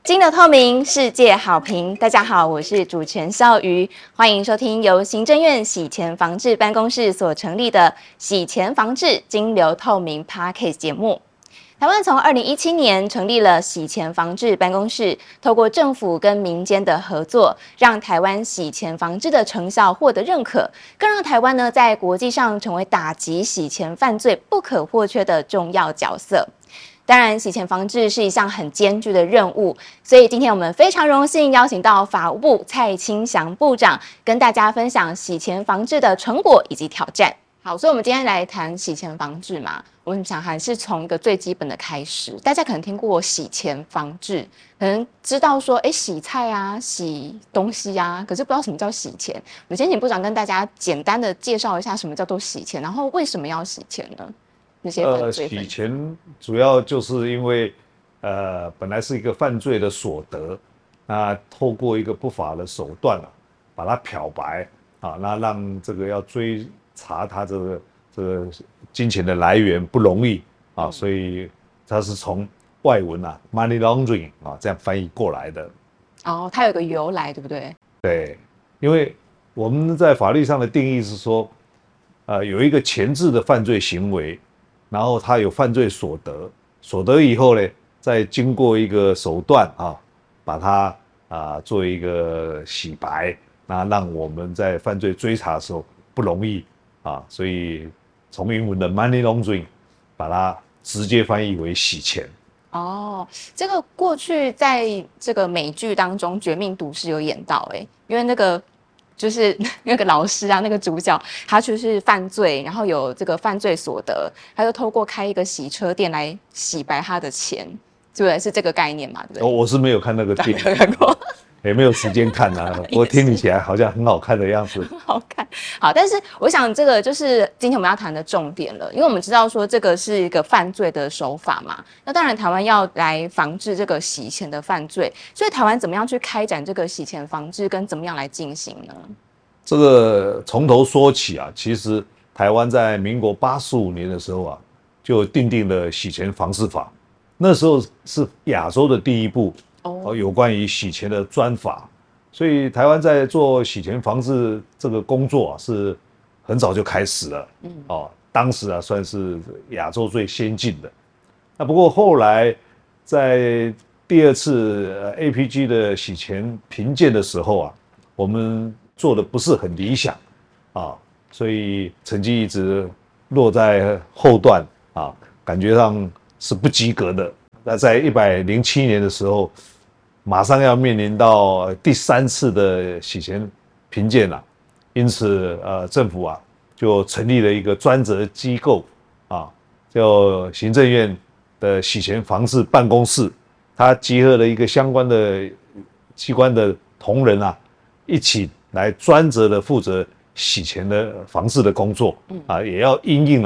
金流透明，世界好评。大家好，我是主持人笑瑜，欢迎收听由行政院洗钱防治办公室所成立的洗钱防治金流透明 Podcast 节目。台湾从2017年成立了洗钱防治办公室，透过政府跟民间的合作，让台湾洗钱防治的成效获得认可，更让台湾呢在国际上成为打击洗钱犯罪不可或缺的重要角色。当然，洗钱防治是一项很艰巨的任务，所以今天我们非常荣幸邀请到法务部蔡清祥部长，跟大家分享洗钱防治的成果以及挑战。好，所以我们今天来谈洗钱防治嘛，我们想还是从一个最基本的开始。大家可能听过洗钱防治，可能知道说，洗菜啊、洗东西啊，可是不知道什么叫洗钱。我们先请部长跟大家简单的介绍一下什么叫做洗钱，然后为什么要洗钱呢？ 洗钱主要就是因为本来是一个犯罪的所得，那透过一个不法的手段把它漂白那让这个要追查它这个金钱的来源不容易所以它是从外文money laundering 这样翻译过来的。 哦，它有个由来，对不对？ 对，因为我们在法律上的定义是说，有一个前置的犯罪行为。然后他有犯罪所得，所得以后呢，再经过一个手段把它做一个洗白，那让我们在犯罪追查的时候不容易所以从英文的 money laundering 把它直接翻译为洗钱。 哦，这个过去在这个美剧当中《绝命毒师》有演到因为那个。就是那个老师那个主角他就是犯罪，然后有这个犯罪所得，他就透过开一个洗车店来洗白他的钱，对不对？是这个概念嘛？对不对？ 我是没有看那个电影， 没有看过， 也没有时间看我听你起来好像很好看的样子。 很好看，好，但是我想这个就是今天我们要谈的重点了，因为我们知道说这个是一个犯罪的手法嘛，那当然台湾要来防治这个洗钱的犯罪，所以台湾怎么样去开展这个洗钱防治，跟怎么样来进行呢？ 这个从头说起其实台湾在民国85年的时候就订定了洗钱防治法，那时候是亚洲的第一部有关于洗钱的专法，所以台湾在做洗钱防治这个工作是很早就开始了，当时算是亚洲最先进的。那不过后来在第二次APG 的洗钱评鉴的时候我们做的不是很理想所以成绩一直落在后段感觉上是不及格的。那在107年的时候，马上要面临到第3次的洗钱评鉴因此政府就成立了一个专责机构叫行政院的洗钱防治办公室，它集合了一个相关的机关的同仁一起来专责的负责洗钱的防治的工作也要因应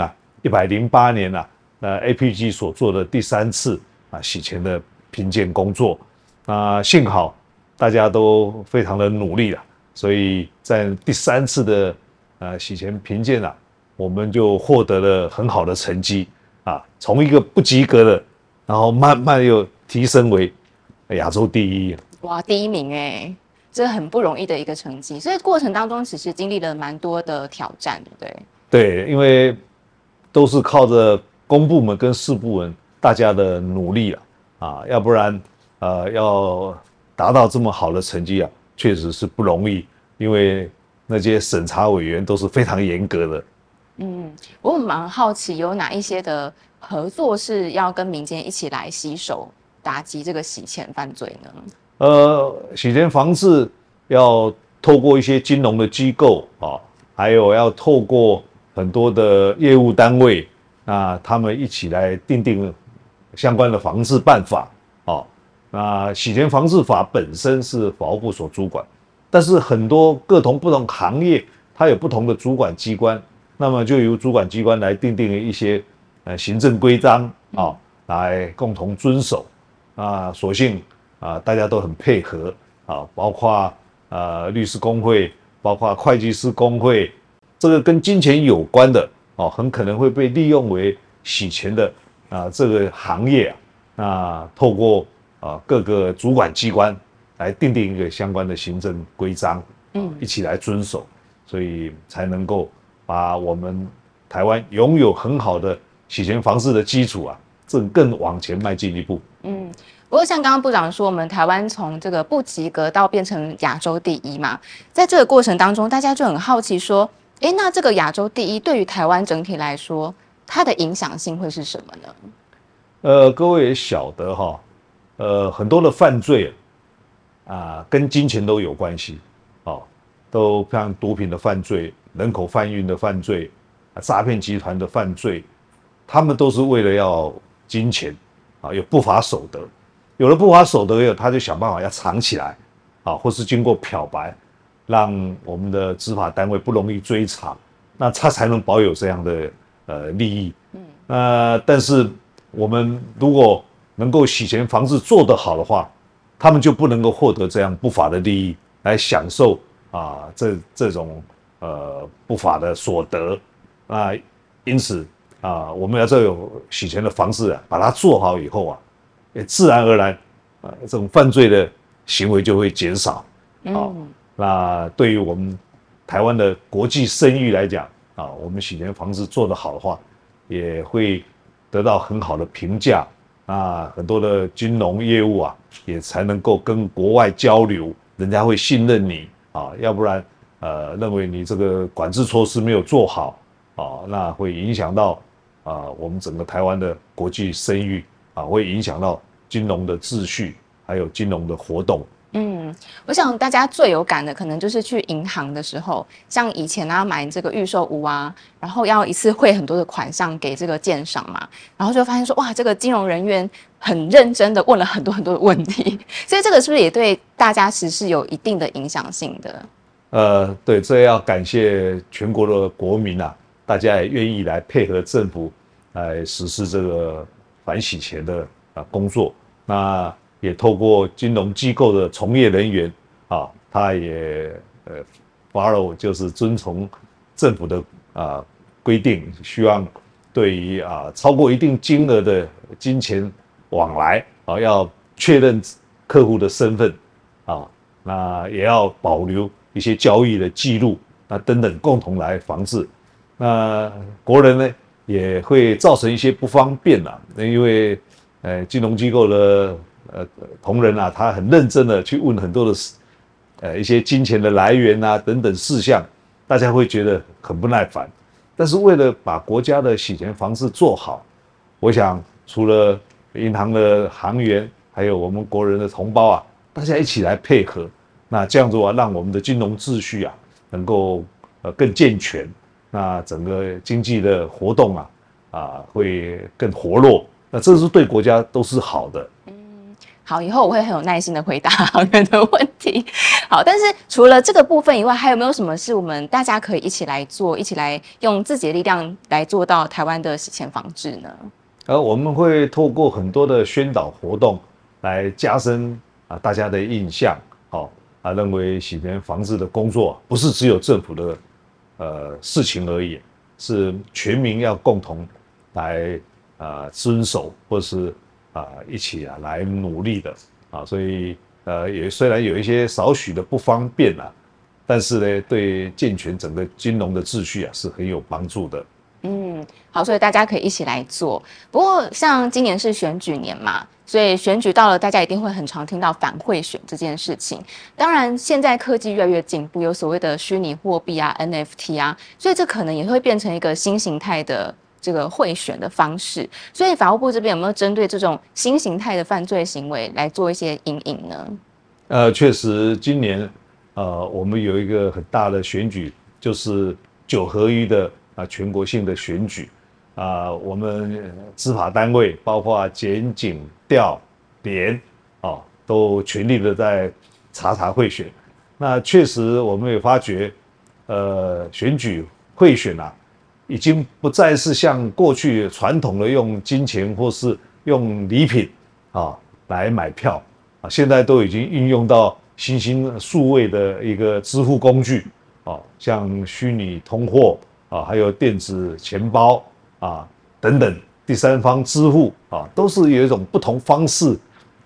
108年APG 所做的第3次洗钱的评鉴工作。幸好大家都非常的努力所以在第3次的洗钱评鉴我们就获得了很好的成绩从一个不及格的，然后慢慢又提升为亚洲第一。 哇，第1名这很不容易的一个成绩，所以过程当中其实经历了蛮多的挑战，对不对？ 对，因为都是靠着公部门跟私部门大家的努力要不然要达到这么好的成绩确实是不容易，因为那些审查委员都是非常严格的。 我蛮好奇有哪一些的合作是要跟民间一起来携手打击这个洗钱犯罪呢？ 洗钱防治要透过一些金融的机构还有要透过很多的业务单位，那他们一起来订定相关的防治办法那洗钱防治法本身是法务部所主管，但是很多不同行业它有不同的主管机关，那么就由主管机关来订定一些行政规章来共同遵守所幸大家都很配合包括律师公会，包括会计师公会，这个跟金钱有关的很可能会被利用为洗钱的这个行业透过各个主管机关来订定一个相关的行政规章，一起来遵守，所以才能够把我们台湾拥有很好的洗钱防治的基础啊，更往前迈进一步。 不过像刚刚部长说，我们台湾从这个不及格到变成亚洲第一嘛，在这个过程当中，大家就很好奇说，那这个亚洲第一对于台湾整体来说，它的影响性会是什么呢？各位也晓得很多的犯罪跟金钱都有关系，都像毒品的犯罪、人口贩运的犯罪、诈骗集团的犯罪，他们都是为了要金钱有不法手得。有了不法手得以后，他就想办法要藏起来，或是经过漂白，让我们的执法单位不容易追查，那他才能保有这样的利益。但是我们如果能够洗钱防治做得好的话，他们就不能够获得这样不法的利益，来享受这种不法的所得。因此我们要这种洗钱的防治把它做好以后也自然而然这种犯罪的行为就会减少。那对于我们台湾的国际声誉来讲我们洗钱防治做得好的话，也会得到很好的评价。很多的金融业务也才能够跟国外交流，人家会信任你要不然认为你这个管制措施没有做好那会影响到我们整个台湾的国际声誉会影响到金融的秩序，还有金融的活动。 我想大家最有感的可能就是去银行的时候，像以前买这个预售屋然后要一次汇很多的款项给这个建商嘛，然后就发现说哇，这个金融人员很认真的问了很多很多的问题，所以这个是不是也对大家其实是有一定的影响性的？ 对，这要感谢全国的国民大家也愿意来配合政府来实施这个反洗钱的工作。那也透过金融机构的从业人员他也follow 就是遵从政府的规定，希望对于超过一定金额的金钱往来要确认客户的身份那也要保留一些交易的记录等等，共同来防治。那国人呢也会造成一些不方便因为金融机构的同仁他很认真的去问很多的一些金钱的来源等等事项，大家会觉得很不耐烦。但是为了把国家的洗钱防治做好，我想除了银行的行员，还有我们国人的同胞大家一起来配合，那这样子让我们的金融秩序能够更健全，那整个经济的活动会更活络，那这是对国家都是好的。 好，以后我会很有耐心的回答行员的问题。好，但是除了这个部分以外，还有没有什么是我们大家可以一起来做，一起来用自己的力量来做到台湾的洗钱防治呢？ 我们会透过很多的宣导活动来加深大家的印象，认为洗钱防治的工作不是只有政府的事情而已，是全民要共同来遵守，或是一起来努力的所以也虽然有一些少许的不方便但是呢，对健全整个金融的秩序是很有帮助的。 好，所以大家可以一起来做。不过像今年是选举年嘛，所以选举到了，大家一定会很常听到反贿选这件事情。当然，现在科技越来越进步，有所谓的虚拟货币NFT所以这可能也会变成一个新形态的这个贿选的方式。所以法务部这边有没有针对这种新形态的犯罪行为来做一些因应呢？ 确实，今年我们有一个很大的选举，就是9合1的全国性的选举我们执法单位包括检警调联都全力的在查贿选。那确实我们也发觉选举贿选已经不再是像过去传统的用金钱或是用礼品来买票现在都已经运用到新兴数位的一个支付工具像虚拟通货还有电子钱包等等第三方支付都是有一种不同方式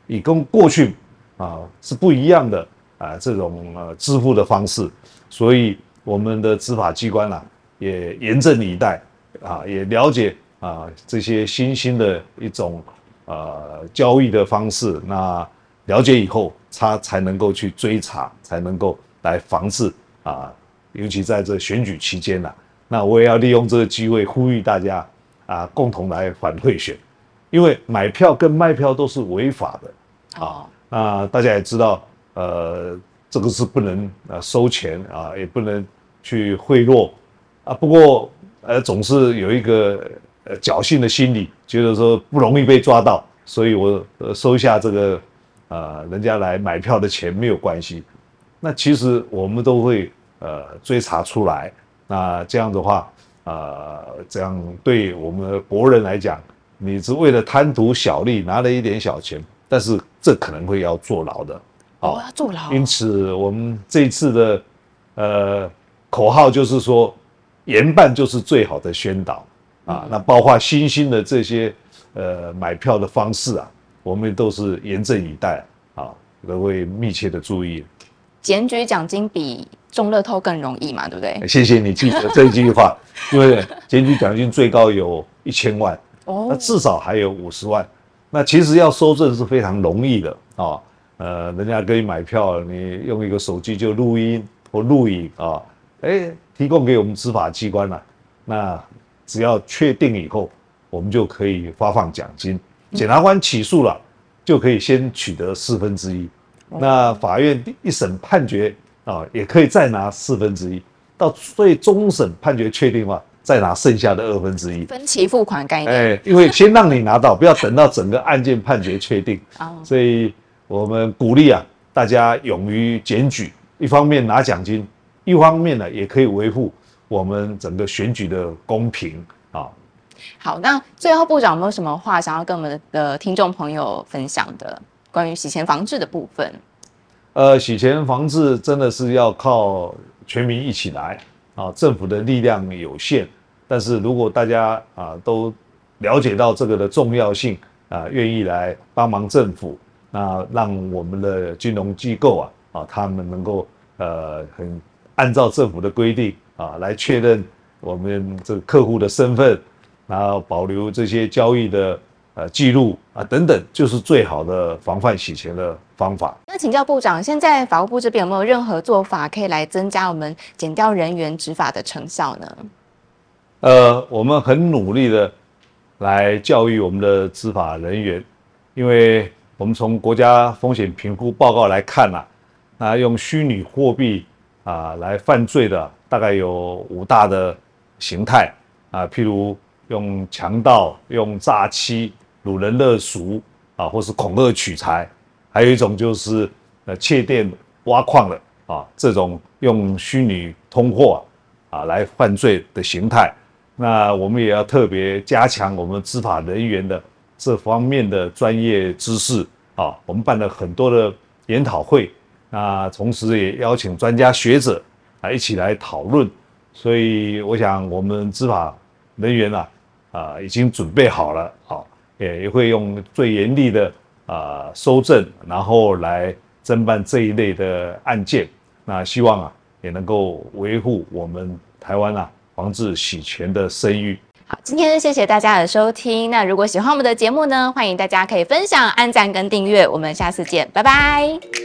以跟过去是不一样的这种支付的方式，所以我们的执法机关也严阵以待也了解这些新兴的一种交易的方式，那了解以后，他才能够去追查，才能够来防治尤其在这选举期间那我也要利用这个机会呼吁大家共同来反贿选，因为买票跟卖票都是违法的大家也知道，这个是不能收钱也不能去贿赂不过总是有一个侥幸的心理，觉得说不容易被抓到，所以我收下这个人家来买票的钱没有关系。那其实我们都会追查出来，那这样的话这样对我们的国人来讲，你是为了贪图小利拿了一点小钱，但是这可能会要坐牢的要坐牢。 因此我们这一次的口号就是说，严办就是最好的宣导那包括新兴的这些买票的方式我们都是严阵以待都会密切的注意。 检举奖金比中乐透更容易嘛，对不对？ 谢谢你记得这一句话，因为检举奖金最高有1000万那至少还有50万。那其实要收证是非常容易的人家给你买票，你用一个手机就录音或录影提供给我们执法机关那只要确定以后，我们就可以发放奖金。检察官起诉了，就可以先取得1/4。那法院一审判决也可以再拿1/4，到最终审判决确定的话，再拿剩下的1/2， 分期付款概念。 因为先让你拿到，不要等到整个案件判决确定。所以我们鼓励大家勇于检举，一方面拿奖金，一方面呢也可以维护我们整个选举的公平好，那最后部长有没有什么话想要跟我们的听众朋友分享的？关于洗钱防治的部分， 洗钱防治真的是要靠全民一起来政府的力量有限，但是如果大家都了解到这个的重要性愿意来帮忙政府，那让我们的金融机构他们能够很按照政府的规定来确认我们这个客户的身份，然后保留这些交易的记录等等，就是最好的防范洗钱的方法。 那请教部长，现在法务部这边有没有任何做法可以来增加我们检调人员执法的成效呢？ 我们很努力的来教育我们的执法人员，因为我们从国家风险评估报告来看那用虚拟货币来犯罪的大概有5大的形态譬如用强盗、用诈欺、掳人勒赎或是恐吓取财，还有一种就是窃电挖矿的这种用虚拟通货来犯罪的形态。那我们也要特别加强我们执法人员的这方面的专业知识我们办了很多的研讨会，那同时也邀请专家学者一起来讨论。所以我想我们执法人员已经准备好了也会用最严厉的搜证，然后来侦办这一类的案件。那希望也能够维护我们台湾防治洗钱的声誉。 好，今天谢谢大家的收听。那如果喜欢我们的节目呢，欢迎大家可以分享、按赞跟订阅。我们下次见，拜拜。